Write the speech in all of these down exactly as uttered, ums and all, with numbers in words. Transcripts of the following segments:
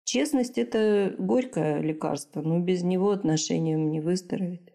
Честность – это горькое лекарство, но без него отношениям не выздороветь.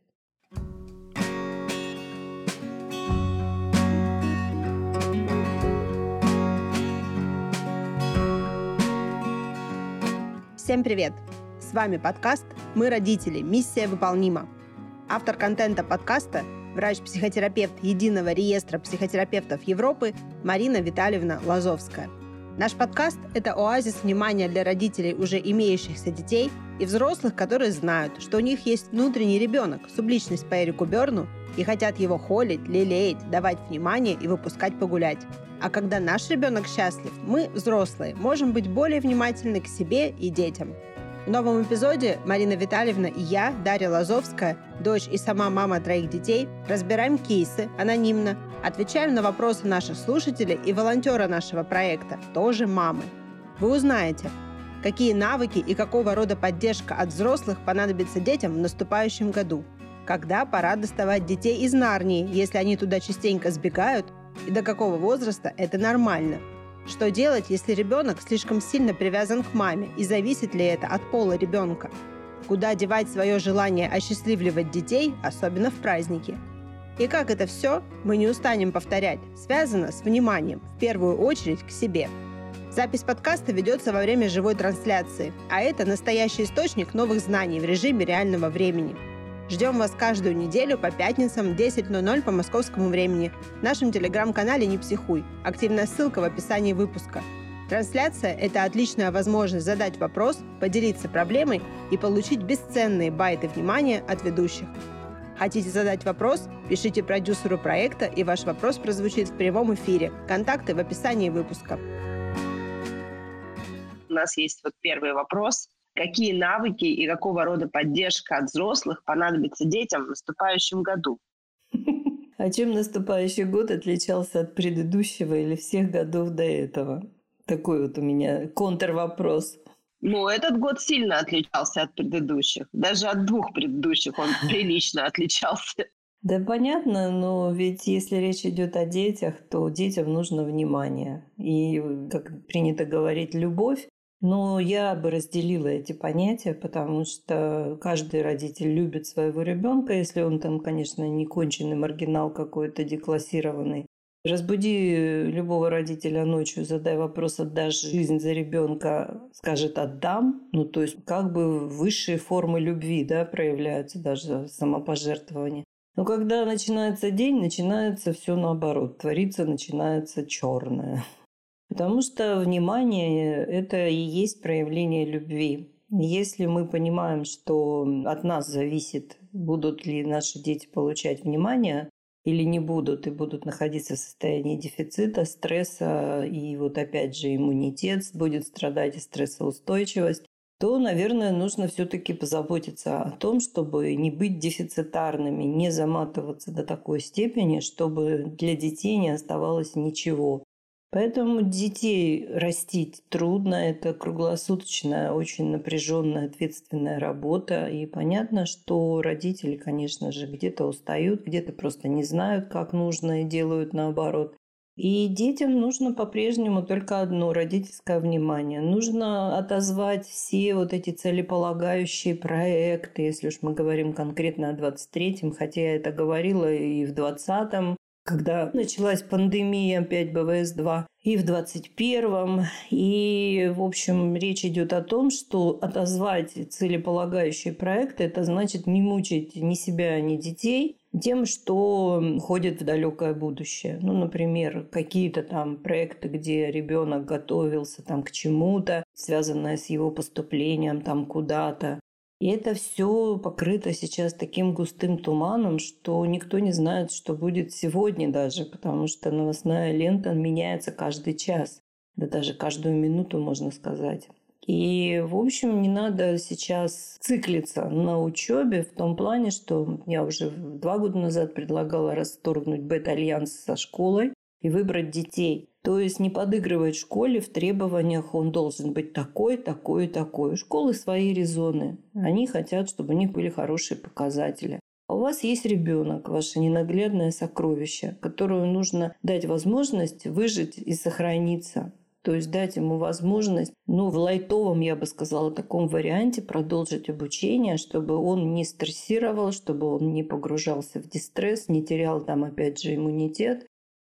Всем привет! С вами подкаст «Мы родители. Миссия выполнима». Автор контента подкаста – врач-психотерапевт Единого реестра психотерапевтов Европы Марина Витальевна Лазовская. Наш подкаст – это оазис внимания для родителей, уже имеющихся детей, и взрослых, которые знают, что у них есть внутренний ребенок, субличность по Эрику Берну, и хотят его холить, лелеять, давать внимание и выпускать погулять. А когда наш ребенок счастлив, мы, взрослые, можем быть более внимательны к себе и детям. В новом эпизоде Марина Витальевна и я, Дарья Лазовская, дочь и сама мама троих детей, разбираем кейсы анонимно, отвечаем на вопросы наших слушателей и волонтера нашего проекта, тоже мамы. Вы узнаете, какие навыки и какого рода поддержка от взрослых понадобится детям в наступающем году, когда пора доставать детей из Нарнии, если они туда частенько сбегают, и до какого возраста это нормально. Что делать, если ребенок слишком сильно привязан к маме, и зависит ли это от пола ребенка? Куда девать свое желание осчастливливать детей, особенно в праздники? И как это все, мы не устанем повторять, связано с вниманием, в первую очередь к себе. Запись подкаста ведется во время живой трансляции, а это настоящий источник новых знаний в режиме реального времени. Ждем вас каждую неделю по пятницам в десять ноль ноль по московскому времени в нашем телеграм-канале «Не психуй». Активная ссылка в описании выпуска. Трансляция – это отличная возможность задать вопрос, поделиться проблемой и получить бесценные байты внимания от ведущих. Хотите задать вопрос? Пишите продюсеру проекта, и ваш вопрос прозвучит в прямом эфире. Контакты в описании выпуска. У нас есть вот первый вопрос. Какие навыки и какого рода поддержка от взрослых понадобится детям в наступающем году? А чем наступающий год отличался от предыдущего или всех годов до этого? Такой вот у меня контрвопрос. Ну, этот год сильно отличался от предыдущих. Даже от двух предыдущих он прилично отличался. Да, понятно, но ведь если речь идет о детях, то детям нужно внимание. И, как принято говорить, любовь. Но я бы разделила эти понятия, потому что каждый родитель любит своего ребенка, если он там, конечно, не конченый маргинал какой-то деклассированный. Разбуди любого родителя ночью, задай вопрос, отдашь жизнь за ребенка, скажет отдам. Ну, то есть как бы высшие формы любви, да, проявляются, даже самопожертвование. Но когда начинается день, начинается все наоборот. Твориться начинается черное. Потому что внимание – это и есть проявление любви. Если мы понимаем, что от нас зависит, будут ли наши дети получать внимание или не будут, и будут находиться в состоянии дефицита, стресса, и вот опять же иммунитет будет страдать и стрессоустойчивость, то, наверное, нужно все-таки позаботиться о том, чтобы не быть дефицитарными, не заматываться до такой степени, чтобы для детей не оставалось ничего. Поэтому детей растить трудно, это круглосуточная, очень напряженная, ответственная работа. И понятно, что родители, конечно же, где-то устают, где-то просто не знают, как нужно, и делают наоборот. И детям нужно по-прежнему только одно – родительское внимание. Нужно отозвать все вот эти целеполагающие проекты, если уж мы говорим конкретно о двадцать третьем, хотя я это говорила и в двадцатом. Когда началась пандемия опять бэ вэ эс два, и в двадцать первом. И, в общем, речь идет о том, что отозвать целеполагающие проекты – это значит не мучить ни себя, ни детей тем, что ходит в далекое будущее. Ну, например, какие-то там проекты, где ребенок готовился там к чему-то, связанное с его поступлением там куда-то. И это все покрыто сейчас таким густым туманом, что никто не знает, что будет сегодня даже, потому что новостная лента меняется каждый час, да даже каждую минуту, можно сказать. И, в общем, не надо сейчас циклиться на учебе в том плане, что я уже два года назад предлагала расторгнуть бета-альянс со школой и выбрать детей. То есть не подыгрывать школе в требованиях, он должен быть такой, такой и такой. У школы свои резоны. Они хотят, чтобы у них были хорошие показатели. А у вас есть ребенок, ваше ненаглядное сокровище, которому нужно дать возможность выжить и сохраниться. То есть дать ему возможность, ну, в лайтовом, я бы сказала, таком варианте продолжить обучение, чтобы он не стрессировал, чтобы он не погружался в дистресс, не терял там, опять же, иммунитет.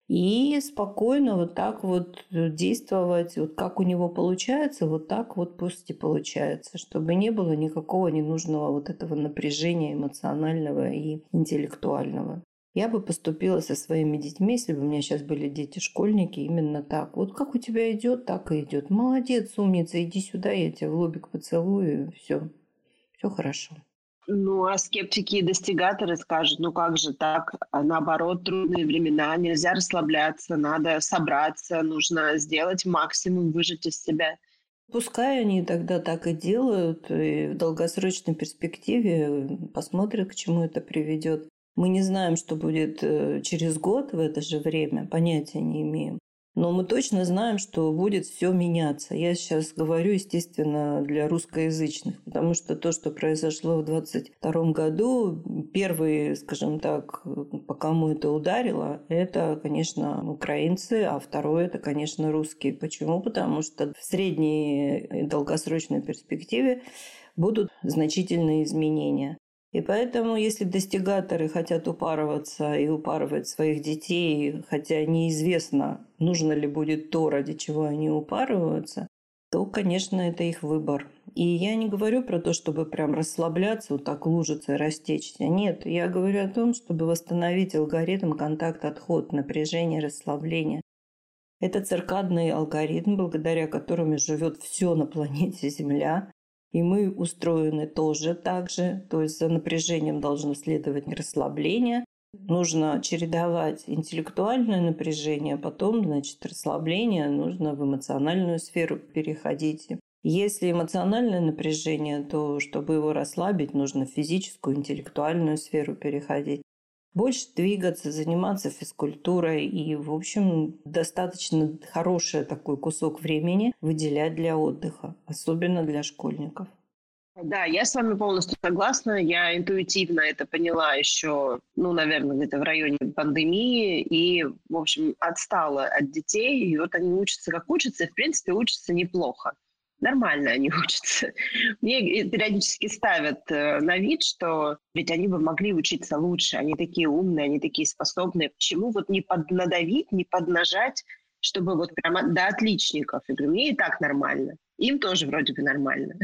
И спокойно вот так вот действовать, вот как у него получается, вот так вот пусть и получается, чтобы не было никакого ненужного вот этого напряжения эмоционального и интеллектуального. Я бы поступила со своими детьми, если бы у меня сейчас были дети-школьники, именно так. Вот как у тебя идет, так и идет. Молодец, умница, иди сюда, я тебя в лобик поцелую, и все, все хорошо. Ну, а скептики и достигаторы скажут, ну как же так, а наоборот, трудные времена, нельзя расслабляться, надо собраться, нужно сделать максимум, выжать из себя. Пускай они тогда так и делают, и в долгосрочной перспективе посмотрят, к чему это приведет. Мы не знаем, что будет через год в это же время, понятия не имеем. Но мы точно знаем, что будет все меняться. Я сейчас говорю, естественно, для русскоязычных, потому что то, что произошло в двадцать втором году, первые, скажем так, по кому это ударило, это, конечно, украинцы, а второе, это, конечно, русские. Почему? Потому что в средней и долгосрочной перспективе будут значительные изменения. И поэтому, если достигаторы хотят упарываться и упарывать своих детей, хотя неизвестно, нужно ли будет то, ради чего они упарываются, то, конечно, это их выбор. И я не говорю про то, чтобы прям расслабляться, вот так лужиться и растечься. Нет, я говорю о том, чтобы восстановить алгоритм контакт-отход, напряжение, расслабление. Это циркадный алгоритм, благодаря которому живет все на планете Земля. И мы устроены тоже так же. То есть за напряжением должно следовать расслабление. Нужно чередовать интеллектуальное напряжение, потом, значит, расслабление. Нужно в эмоциональную сферу переходить. Если эмоциональное напряжение, то чтобы его расслабить, нужно в физическую, интеллектуальную сферу переходить. Больше двигаться, заниматься физкультурой и, в общем, достаточно хороший такой кусок времени выделять для отдыха, особенно для школьников. Да, я с вами полностью согласна. Я интуитивно это поняла еще, ну, наверное, где-то в районе пандемии. И, в общем, отстала от детей. И вот они учатся как учатся, и, в принципе, учатся неплохо. Нормально они учатся. Мне периодически ставят на вид, что ведь они бы могли учиться лучше. Они такие умные, они такие способные. Почему вот не поднадавить, не поднажать, чтобы вот прямо до отличников? Я говорю, мне и так нормально. Им тоже вроде бы нормально.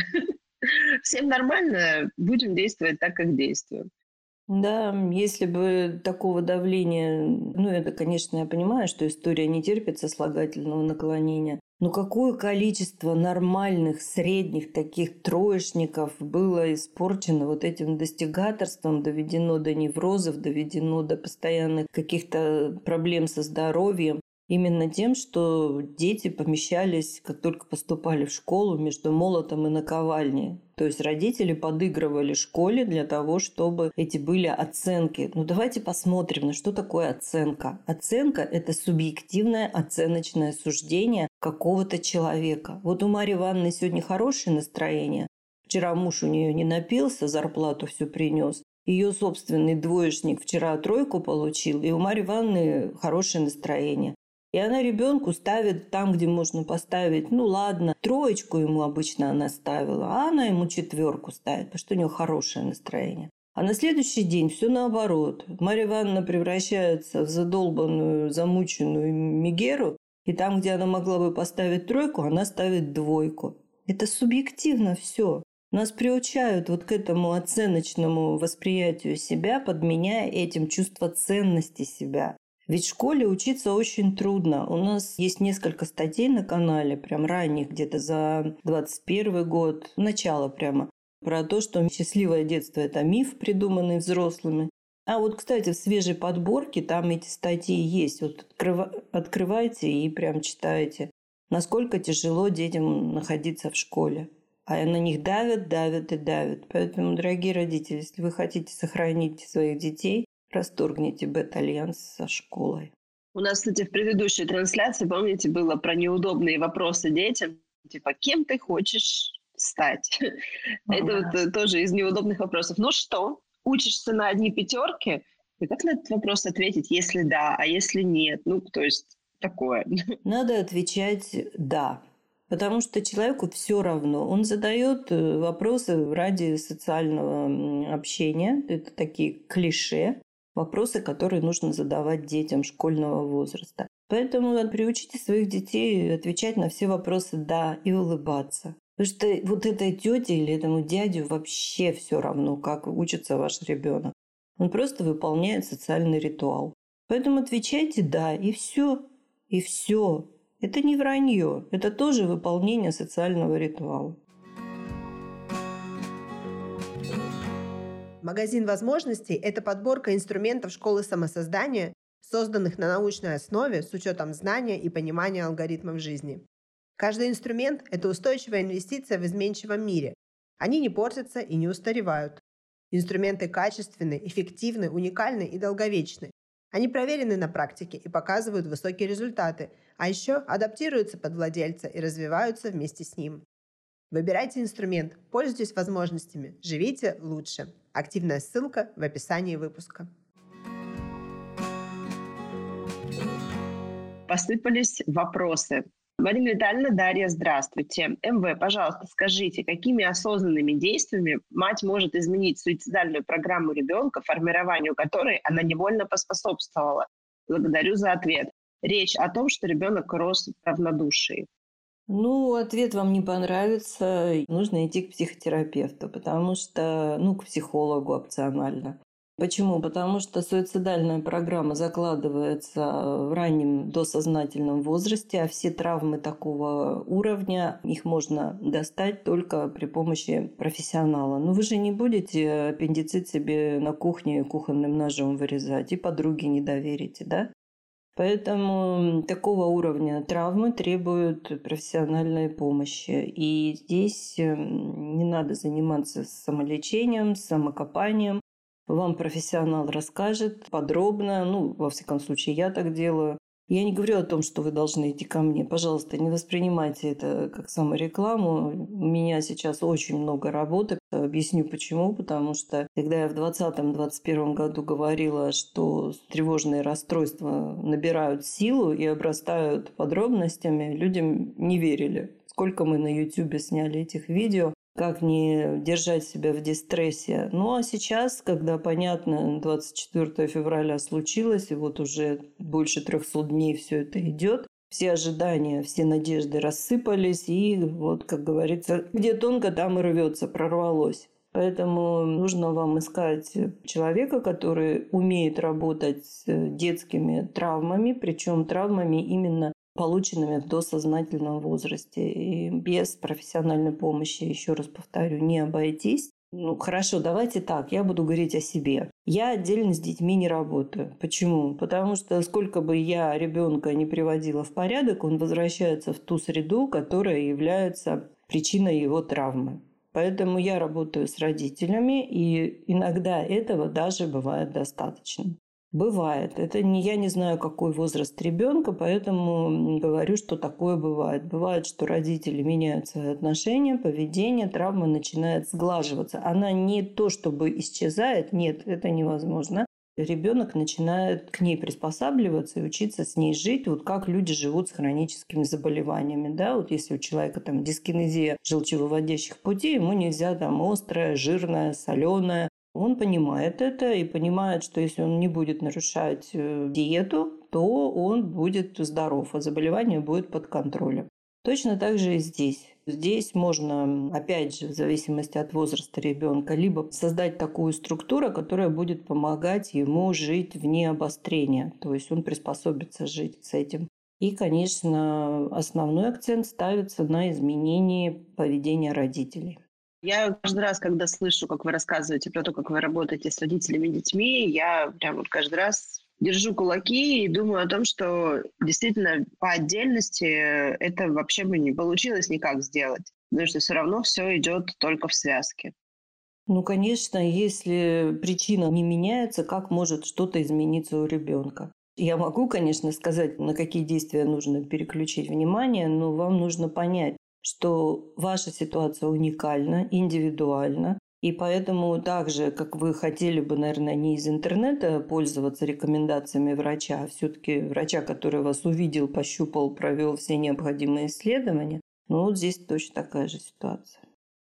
Всем нормально, будем действовать так, как действуем. Да, если бы такого давления, ну это, конечно, я понимаю, что история не терпит сослагательного наклонения, но какое количество нормальных, средних таких троечников было испорчено вот этим достигаторством, доведено до неврозов, доведено до постоянных каких-то проблем со здоровьем. Именно тем, что дети помещались, как только поступали в школу, между молотом и наковальней. То есть родители подыгрывали школе для того, чтобы эти были оценки. Ну давайте посмотрим, на что такое оценка. Оценка – это субъективное оценочное суждение какого-то человека. Вот у Марьи Ивановны сегодня хорошее настроение. Вчера муж у нее не напился, зарплату всю принес. Ее собственный двоечник вчера тройку получил, и у Марьи Ивановны хорошее настроение. И она ребенку ставит там, где можно поставить, ну ладно, троечку ему обычно она ставила, а она ему четверку ставит, потому что у нее хорошее настроение. А на следующий день все наоборот. Марья Ивановна превращается в задолбанную, замученную Мегеру, и там, где она могла бы поставить тройку, она ставит двойку. Это субъективно все. Нас приучают вот к этому оценочному восприятию себя, подменяя этим чувство ценности себя. Ведь в школе учиться очень трудно. У нас есть несколько статей на канале, прям ранних, где-то за двадцать первый год, начало прямо, про то, что счастливое детство – это миф, придуманный взрослыми. А вот, кстати, в свежей подборке там эти статьи есть. Вот открывайте и прям читайте, насколько тяжело детям находиться в школе. А на них давят, давят и давят. Поэтому, дорогие родители, если вы хотите сохранить своих детей, расторгните бета-альянс со школой. У нас, кстати, в предыдущей трансляции, помните, было про неудобные вопросы детям. Типа, кем ты хочешь стать? Это вот тоже из неудобных вопросов. Ну что, учишься на одни пятерки? И как на этот вопрос ответить, если да, а если нет? Ну, то есть такое? Надо отвечать «да». Потому что человеку все равно. Он задает вопросы ради социального общения. Это такие клише, вопросы, которые нужно задавать детям школьного возраста. Поэтому приучите своих детей отвечать на все вопросы «да» и улыбаться. Потому что вот этой тете или этому дядю вообще все равно, как учится ваш ребенок. Он просто выполняет социальный ритуал. Поэтому отвечайте «да» и все. И все. Это не вранье, это тоже выполнение социального ритуала. Магазин возможностей – это подборка инструментов школы самосоздания, созданных на научной основе с учетом знания и понимания алгоритмов жизни. Каждый инструмент – это устойчивая инвестиция в изменчивом мире. Они не портятся и не устаревают. Инструменты качественны, эффективны, уникальны и долговечны. Они проверены на практике и показывают высокие результаты, а еще адаптируются под владельца и развиваются вместе с ним. Выбирайте инструмент, пользуйтесь возможностями, живите лучше. Активная ссылка в описании выпуска. Посыпались вопросы. Марина Витальевна, Дарья, здравствуйте. МВ, пожалуйста, скажите, какими осознанными действиями мать может изменить суицидальную программу ребенка, формированию которой она невольно поспособствовала? Благодарю за ответ. Речь о том, что ребенок рос в равнодушии. Ну, ответ вам не понравится. Нужно идти к психотерапевту, потому что, ну, к психологу опционально. Почему? Потому что суицидальная программа закладывается в раннем досознательном возрасте, а все травмы такого уровня, их можно достать только при помощи профессионала. Но вы же не будете аппендицит себе на кухне кухонным ножом вырезать и подруге не доверите, да? Поэтому такого уровня травмы требуют профессиональной помощи. И здесь не надо заниматься самолечением, самокопанием. Вам профессионал расскажет подробно, ну, во всяком случае, я так делаю. Я не говорю о том, что вы должны идти ко мне. Пожалуйста, не воспринимайте это как саморекламу. У меня сейчас очень много работы. Объясню почему. Потому что, когда я в двадцатом-двадцать первом году говорила, что тревожные расстройства набирают силу и обрастают подробностями, людям не верили. Сколько мы на Ютубе сняли этих видео, как не держать себя в дистрессе. Ну а сейчас, когда, понятно, двадцать четвёртого февраля случилось, и вот уже больше трехсот дней все это идет, все ожидания, все надежды рассыпались, и вот, как говорится, где тонко, там и рвется, прорвалось. Поэтому нужно вам искать человека, который умеет работать с детскими травмами, причем травмами именно полученными в досознательном возрасте. И без профессиональной помощи, еще раз повторю, не обойтись. Ну, хорошо, давайте так, я буду говорить о себе. Я отдельно с детьми не работаю. Почему? Потому что сколько бы я ребенка не приводила в порядок, он возвращается в ту среду, которая является причиной его травмы. Поэтому я работаю с родителями, и иногда этого даже бывает достаточно. Бывает. Это не, я не знаю, какой возраст ребенка, поэтому говорю, что такое бывает. Бывает, что родители меняют свои отношения, поведение, травма начинает сглаживаться. Она не то чтобы исчезает, нет, это невозможно. Ребенок начинает к ней приспосабливаться и учиться с ней жить, вот как люди живут с хроническими заболеваниями. Да? Вот если у человека там дискинезия желчевыводящих путей, ему нельзя там острое, жирное, соленое. Он понимает это и понимает, что если он не будет нарушать диету, то он будет здоров, а заболевание будет под контролем. Точно так же и здесь. Здесь можно, опять же, в зависимости от возраста ребенка, либо создать такую структуру, которая будет помогать ему жить вне обострения. То есть он приспособится жить с этим. И, конечно, основной акцент ставится на изменении поведения родителей. Я каждый раз, когда слышу, как вы рассказываете про то, как вы работаете с родителями и детьми, я прям вот каждый раз держу кулаки и думаю о том, что действительно по отдельности это вообще бы не получилось никак сделать. Потому что все равно все идет только в связке. Ну, конечно, если причина не меняется, как может что-то измениться у ребенка? Я могу, конечно, сказать, на какие действия нужно переключить внимание, но вам нужно понять, что ваша ситуация уникальна, индивидуальна. И поэтому так же, как вы хотели бы, наверное, не из интернета пользоваться рекомендациями врача, а все-таки врача, который вас увидел, пощупал, провел все необходимые исследования, ну вот здесь точно такая же ситуация.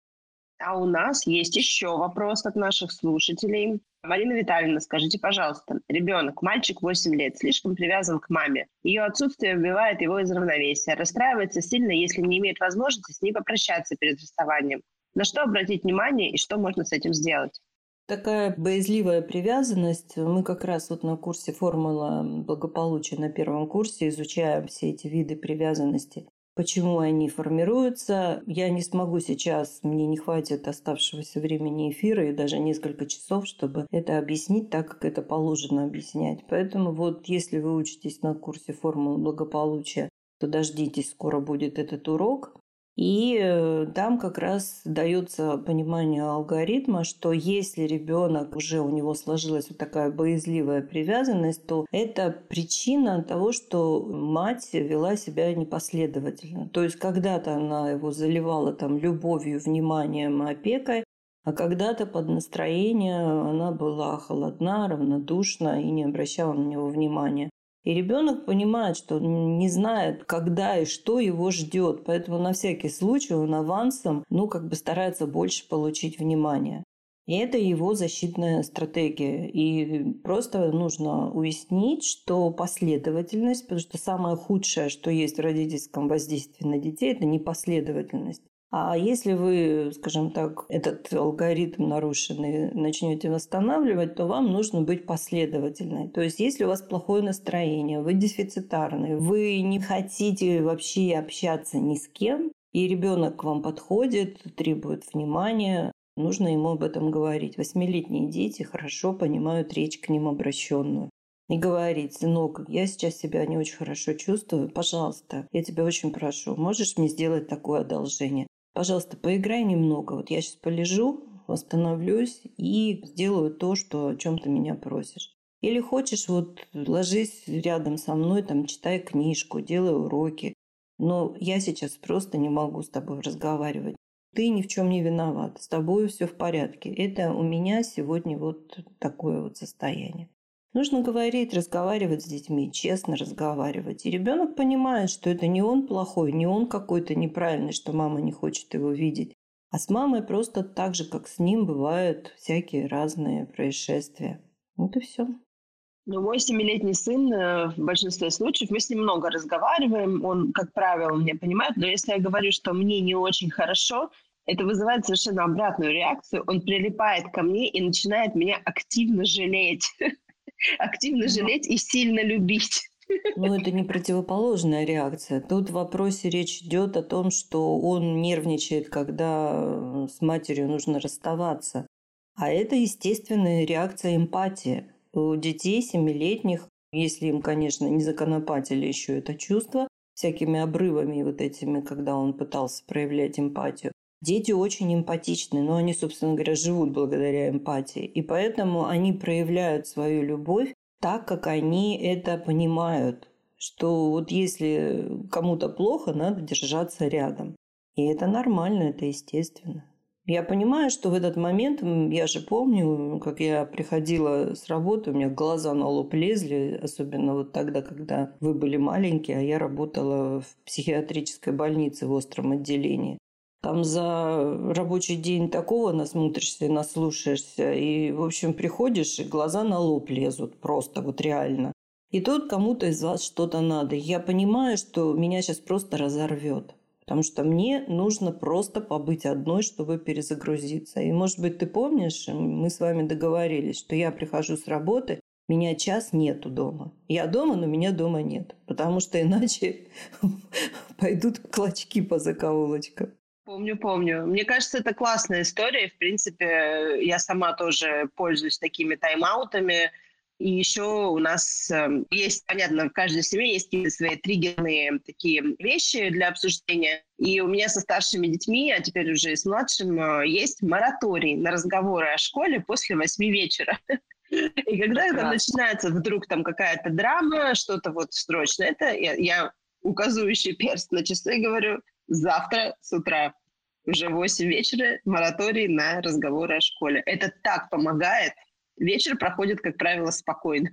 А у нас есть еще вопрос от наших слушателей. Марина Витальевна, скажите, пожалуйста, ребенок, мальчик восемь лет, слишком привязан к маме. Ее отсутствие выбивает его из равновесия. Расстраивается сильно, если не имеет возможности с ней попрощаться перед расставанием. На что обратить внимание и что можно с этим сделать? Такая боязливая привязанность. Мы как раз вот на курсе «Формула благополучия» на первом курсе изучаем все эти виды привязанности. Почему они формируются, я не смогу сейчас, мне не хватит оставшегося времени эфира и даже несколько часов, чтобы это объяснить так, как это положено объяснять. Поэтому вот если вы учитесь на курсе «Формулы благополучия», то дождитесь, скоро будет этот урок. И там как раз дается понимание алгоритма, что если ребенок уже у него сложилась вот такая боязливая привязанность, то это причина того, что мать вела себя непоследовательно. То есть когда-то она его заливала там любовью, вниманием, опекой, а когда-то под настроение она была холодна, равнодушна и не обращала на него внимания. И ребенок понимает, что он не знает, когда и что его ждет, поэтому на всякий случай он авансом, ну, как бы старается больше получить внимания. И это его защитная стратегия. И просто нужно уяснить, что последовательность, потому что самое худшее, что есть в родительском воздействии на детей, это непоследовательность. А если вы, скажем так, этот алгоритм нарушенный начнете восстанавливать, то вам нужно быть последовательной. То есть если у вас плохое настроение, вы дефицитарны, вы не хотите вообще общаться ни с кем, и ребенок к вам подходит, требует внимания, нужно ему об этом говорить. Восьмилетние дети хорошо понимают речь к ним обращенную. И говорить: сынок, я сейчас себя не очень хорошо чувствую, пожалуйста, я тебя очень прошу, можешь мне сделать такое одолжение? Пожалуйста, поиграй немного. Вот я сейчас полежу, восстановлюсь и сделаю то, что, о чем ты меня просишь. Или хочешь, вот ложись рядом со мной, там, читай книжку, делай уроки. Но я сейчас просто не могу с тобой разговаривать. Ты ни в чем не виноват, с тобой все в порядке. Это у меня сегодня вот такое вот состояние. Нужно говорить, разговаривать с детьми, честно разговаривать. И ребенок понимает, что это не он плохой, не он какой-то неправильный, что мама не хочет его видеть. А с мамой просто так же, как с ним, бывают всякие разные происшествия. Вот и все. Ну, мой семилетний сын, в большинстве случаев, мы с ним много разговариваем, он, как правило, меня понимает, но если я говорю, что мне не очень хорошо, это вызывает совершенно обратную реакцию. Он прилипает ко мне и начинает меня активно жалеть. Активно жалеть и сильно любить. Ну, это не противоположная реакция. Тут в вопросе речь идет о том, что он нервничает, когда с матерью нужно расставаться. А это естественная реакция эмпатии. У детей семилетних, если им, конечно, не законопатили еще это чувство, всякими обрывами вот этими, когда он пытался проявлять эмпатию, дети очень эмпатичны, но они, собственно говоря, живут благодаря эмпатии. И поэтому они проявляют свою любовь так, как они это понимают. Что вот если кому-то плохо, надо держаться рядом. И это нормально, это естественно. Я понимаю, что в этот момент, я же помню, как я приходила с работы, у меня глаза на лоб лезли, особенно вот тогда, когда вы были маленькие, а я работала в психиатрической больнице в остром отделении. Там за рабочий день такого насмотришься и наслушаешься. И, в общем, приходишь, и глаза на лоб лезут просто, вот реально. И тут кому-то из вас что-то надо. Я понимаю, что меня сейчас просто разорвет. Потому что мне нужно просто побыть одной, чтобы перезагрузиться. И, может быть, ты помнишь, мы с вами договорились, что я прихожу с работы, меня час нету дома. Я дома, но меня дома нет. Потому что иначе пойдут клочки по закоулочкам. Помню, помню. Мне кажется, это классная история. В принципе, я сама тоже пользуюсь такими тайм-аутами. И еще у нас э, есть, понятно, в каждой семье есть какие-то свои триггерные такие вещи для обсуждения. И у меня со старшими детьми, а теперь уже и с младшим, э, есть мораторий на разговоры о школе после восьми вечера. И когда там начинается вдруг там какая-то драма, что-то вот срочно, это я, я указывающий перст на часы говорю: завтра с утра. уже восемь вечера, мораторий на разговоры о школе. Это так помогает. Вечер проходит, как правило, спокойно.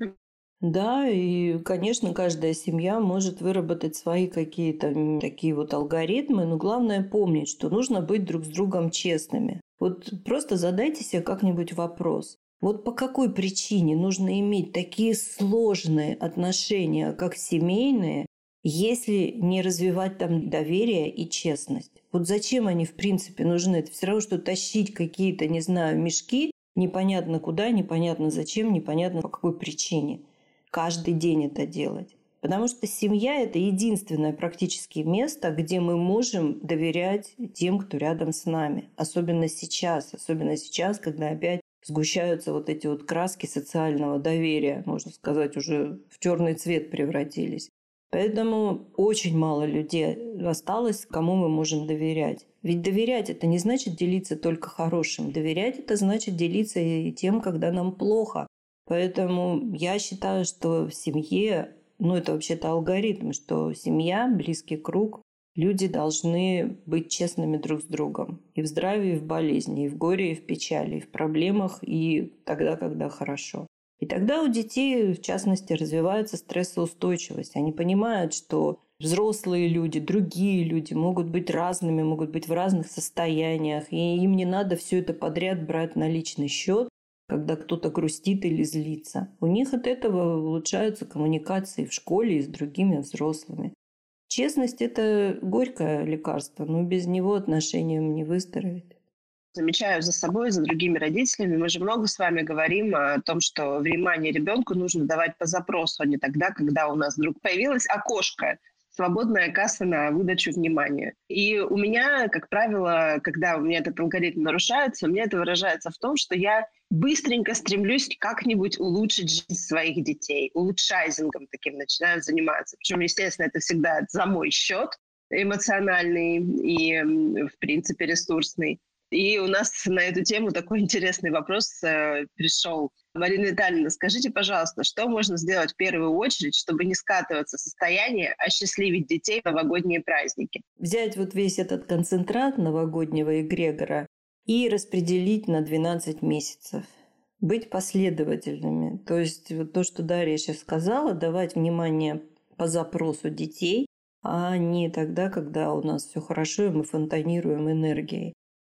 Да, и, конечно, каждая семья может выработать свои какие-то м, такие вот алгоритмы, но главное помнить, что нужно быть друг с другом честными. Вот просто задайте себе как-нибудь вопрос. Вот по какой причине нужно иметь такие сложные отношения, как семейные, если не развивать там доверие и честность? Вот зачем они в принципе нужны? Это все равно, что тащить какие-то, не знаю, мешки непонятно куда, непонятно зачем, непонятно по какой причине. Каждый день это делать. Потому что семья – это единственное практически место, где мы можем доверять тем, кто рядом с нами. Особенно сейчас. Особенно сейчас, когда опять сгущаются вот эти вот краски социального доверия, можно сказать, уже в черный цвет превратились. Поэтому очень мало людей осталось, кому мы можем доверять. Ведь доверять – это не значит делиться только хорошим. Доверять – это значит делиться и тем, когда нам плохо. Поэтому я считаю, что в семье, ну это вообще-то алгоритм, что семья, близкий круг, люди должны быть честными друг с другом. И в здравии, и в болезни, и в горе, и в печали, и в проблемах, и тогда, когда хорошо. И тогда у детей, в частности, развивается стрессоустойчивость. Они понимают, что взрослые люди, другие люди могут быть разными, могут быть в разных состояниях, и им не надо все это подряд брать на личный счет, когда кто-то грустит или злится. У них от этого улучшаются коммуникации в школе и с другими взрослыми. Честность – это горькое лекарство, но без него отношениям не выздороветь. Замечаю за собой, за другими родителями. Мы же много с вами говорим о том, что внимание ребенку нужно давать по запросу, а не тогда, когда у нас вдруг появилось окошко, свободная касса на выдачу внимания. И у меня, как правило, когда у меня этот алгоритм нарушается, у меня это выражается в том, что я быстренько стремлюсь как-нибудь улучшить жизнь своих детей. Улучшайзингом таким начинаю заниматься. Причем, естественно, это всегда за мой счет эмоциональный и, в принципе, ресурсный. И у нас на эту тему такой интересный вопрос э, пришел. Марина Витальевна, скажите, пожалуйста, что можно сделать в первую очередь, чтобы не скатываться в состояние осчастливить детей в новогодние праздники? Взять вот весь этот концентрат новогоднего эгрегора и распределить на двенадцать месяцев. Быть последовательными. То есть вот то, что Дарья сейчас сказала, давать внимание по запросу детей, а не тогда, когда у нас все хорошо, и мы фонтанируем энергией.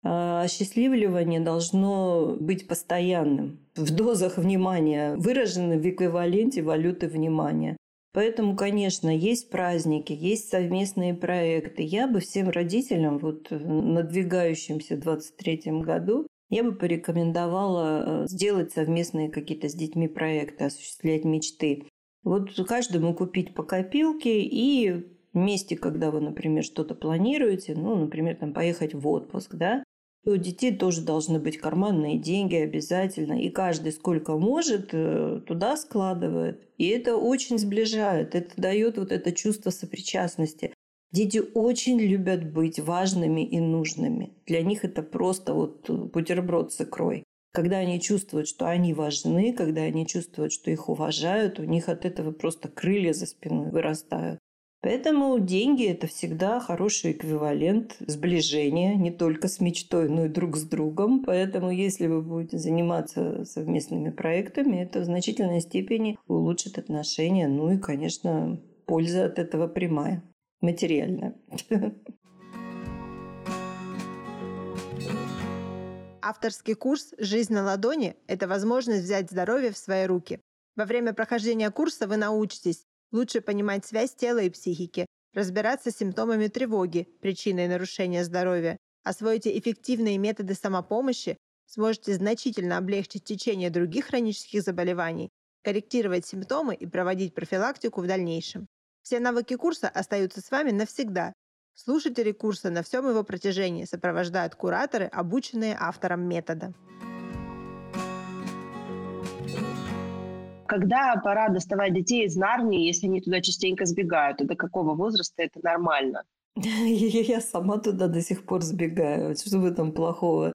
А осчастливливание должно быть постоянным, в дозах внимания, выражены в эквиваленте валюты внимания. Поэтому, конечно, есть праздники, есть совместные проекты. Я бы всем родителям вот, в надвигающемся двадцать третьем году я бы порекомендовала сделать совместные какие-то с детьми проекты, осуществлять мечты. Вот каждому купить по копилке и вместе, когда вы, например, что-то планируете, ну, например, там, поехать в отпуск, да, и у детей тоже должны быть карманные деньги обязательно. И каждый сколько может, туда складывает. И это очень сближает. Это дает вот это чувство сопричастности. Дети очень любят быть важными и нужными. Для них это просто вот бутерброд с икрой. Когда они чувствуют, что они важны, когда они чувствуют, что их уважают, у них от этого просто крылья за спиной вырастают. Поэтому деньги – это всегда хороший эквивалент сближения не только с мечтой, но и друг с другом. Поэтому если вы будете заниматься совместными проектами, это в значительной степени улучшит отношения. Ну и, конечно, польза от этого прямая, материальная. Авторский курс «Жизнь на ладони» – это возможность взять здоровье в свои руки. Во время прохождения курса вы научитесь лучше понимать связь тела и психики, разбираться с симптомами тревоги, причиной нарушения здоровья, освоите эффективные методы самопомощи, сможете значительно облегчить течение других хронических заболеваний, корректировать симптомы и проводить профилактику в дальнейшем. Все навыки курса остаются с вами навсегда. Слушатели курса на всем его протяжении сопровождают кураторы, обученные автором метода. Когда пора доставать детей из Нарнии, если они туда частенько сбегают, и до какого возраста это нормально? Я сама туда до сих пор сбегаю. Что в этом плохого?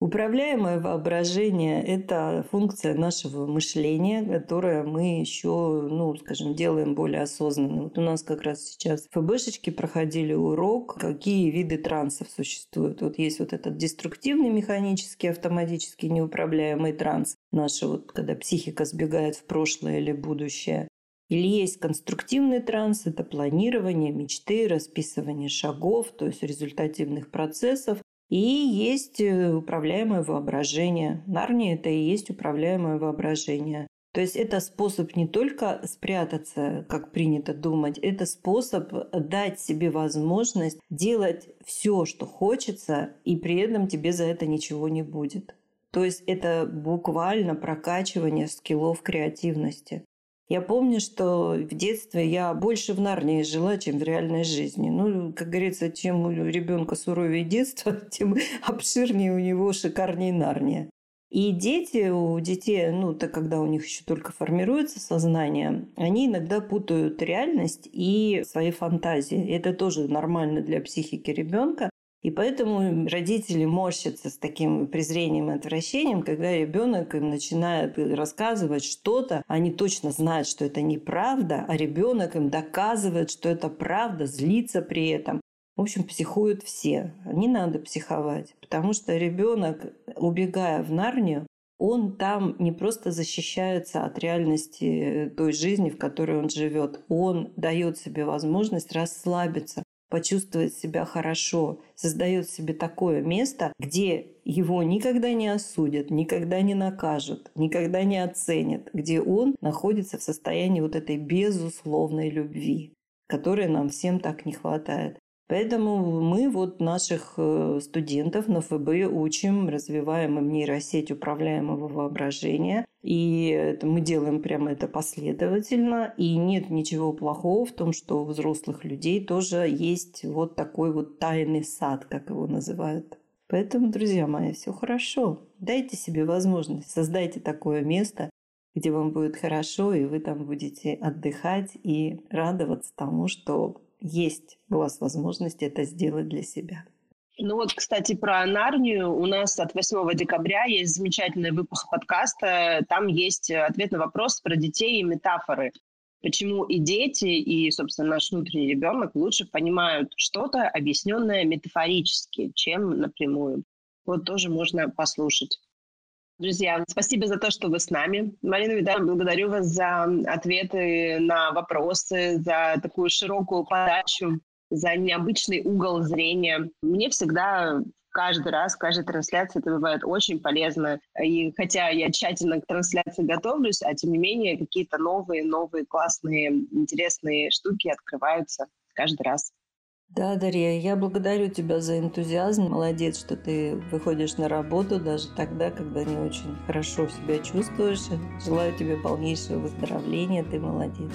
Управляемое воображение – это функция нашего мышления, которое мы еще, ну, скажем, делаем более осознанно. Вот у нас как раз сейчас в ФБшечке проходили урок, какие виды трансов существуют. Вот есть вот этот деструктивный, механический, автоматический, неуправляемый транс. Наша вот, когда психика сбегает в прошлое или будущее. Или есть конструктивный транс – это планирование, мечты, расписывание шагов, то есть результативных процессов. И есть управляемое воображение. Нарния – это и есть управляемое воображение. То есть это способ не только спрятаться, как принято думать, это способ дать себе возможность делать все, что хочется, и при этом тебе за это ничего не будет. То есть это буквально прокачивание скиллов креативности. Я помню, что в детстве я больше в Нарнии жила, чем в реальной жизни. Ну, как говорится, чем у ребенка суровее детство, тем обширнее у него, шикарнее Нарния. И дети, у детей, ну, так когда у них еще только формируется сознание, они иногда путают реальность и свои фантазии. Это тоже нормально для психики ребенка. И поэтому родители морщатся с таким презрением и отвращением, когда ребенок им начинает рассказывать что-то, они точно знают, что это неправда, а ребенок им доказывает, что это правда, злится при этом. В общем, психуют все. Не надо психовать, потому что ребенок, убегая в Нарнию, он там не просто защищается от реальности той жизни, в которой он живет, он дает себе возможность расслабиться, почувствовать себя хорошо, создает себе такое место, где его никогда не осудят, никогда не накажут, никогда не оценят, где он находится в состоянии вот этой безусловной любви, которой нам всем так не хватает. Поэтому мы вот наших студентов на ФБ учим, развиваем им нейросеть управляемого воображения. И это мы делаем прямо это последовательно. И нет ничего плохого в том, что у взрослых людей тоже есть вот такой вот тайный сад, как его называют. Поэтому, друзья мои, все хорошо. Дайте себе возможность, создайте такое место, где вам будет хорошо, и вы там будете отдыхать и радоваться тому, что есть у вас возможность это сделать для себя. Ну вот, кстати, про Нарнию. У нас от восьмого декабря есть замечательный выпуск подкаста. Там есть ответ на вопрос про детей и метафоры. Почему и дети, и, собственно, наш внутренний ребенок лучше понимают что-то, объясненное метафорически, чем напрямую. Вот тоже можно послушать. Друзья, спасибо за то, что вы с нами. Марина Витальевна, благодарю вас за ответы на вопросы, за такую широкую подачу, за необычный угол зрения. Мне всегда, каждый раз, каждой трансляции это бывает очень полезно. И хотя я тщательно к трансляции готовлюсь, а тем не менее какие-то новые, новые, классные, интересные штуки открываются каждый раз. Да, Дарья, я благодарю тебя за энтузиазм. Молодец, что ты выходишь на работу даже тогда, когда не очень хорошо себя чувствуешь. Желаю тебе полнейшего выздоровления. Ты молодец.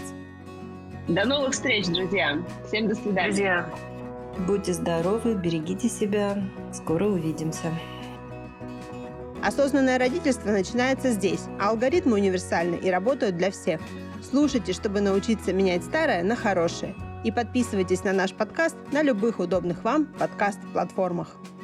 До новых встреч, друзья. Всем до свидания. Друзья, будьте здоровы, берегите себя. Скоро увидимся. Осознанное родительство начинается здесь, а алгоритмы универсальны и работают для всех. Слушайте, чтобы научиться менять старое на хорошее. И подписывайтесь на наш подкаст на любых удобных вам подкаст-платформах.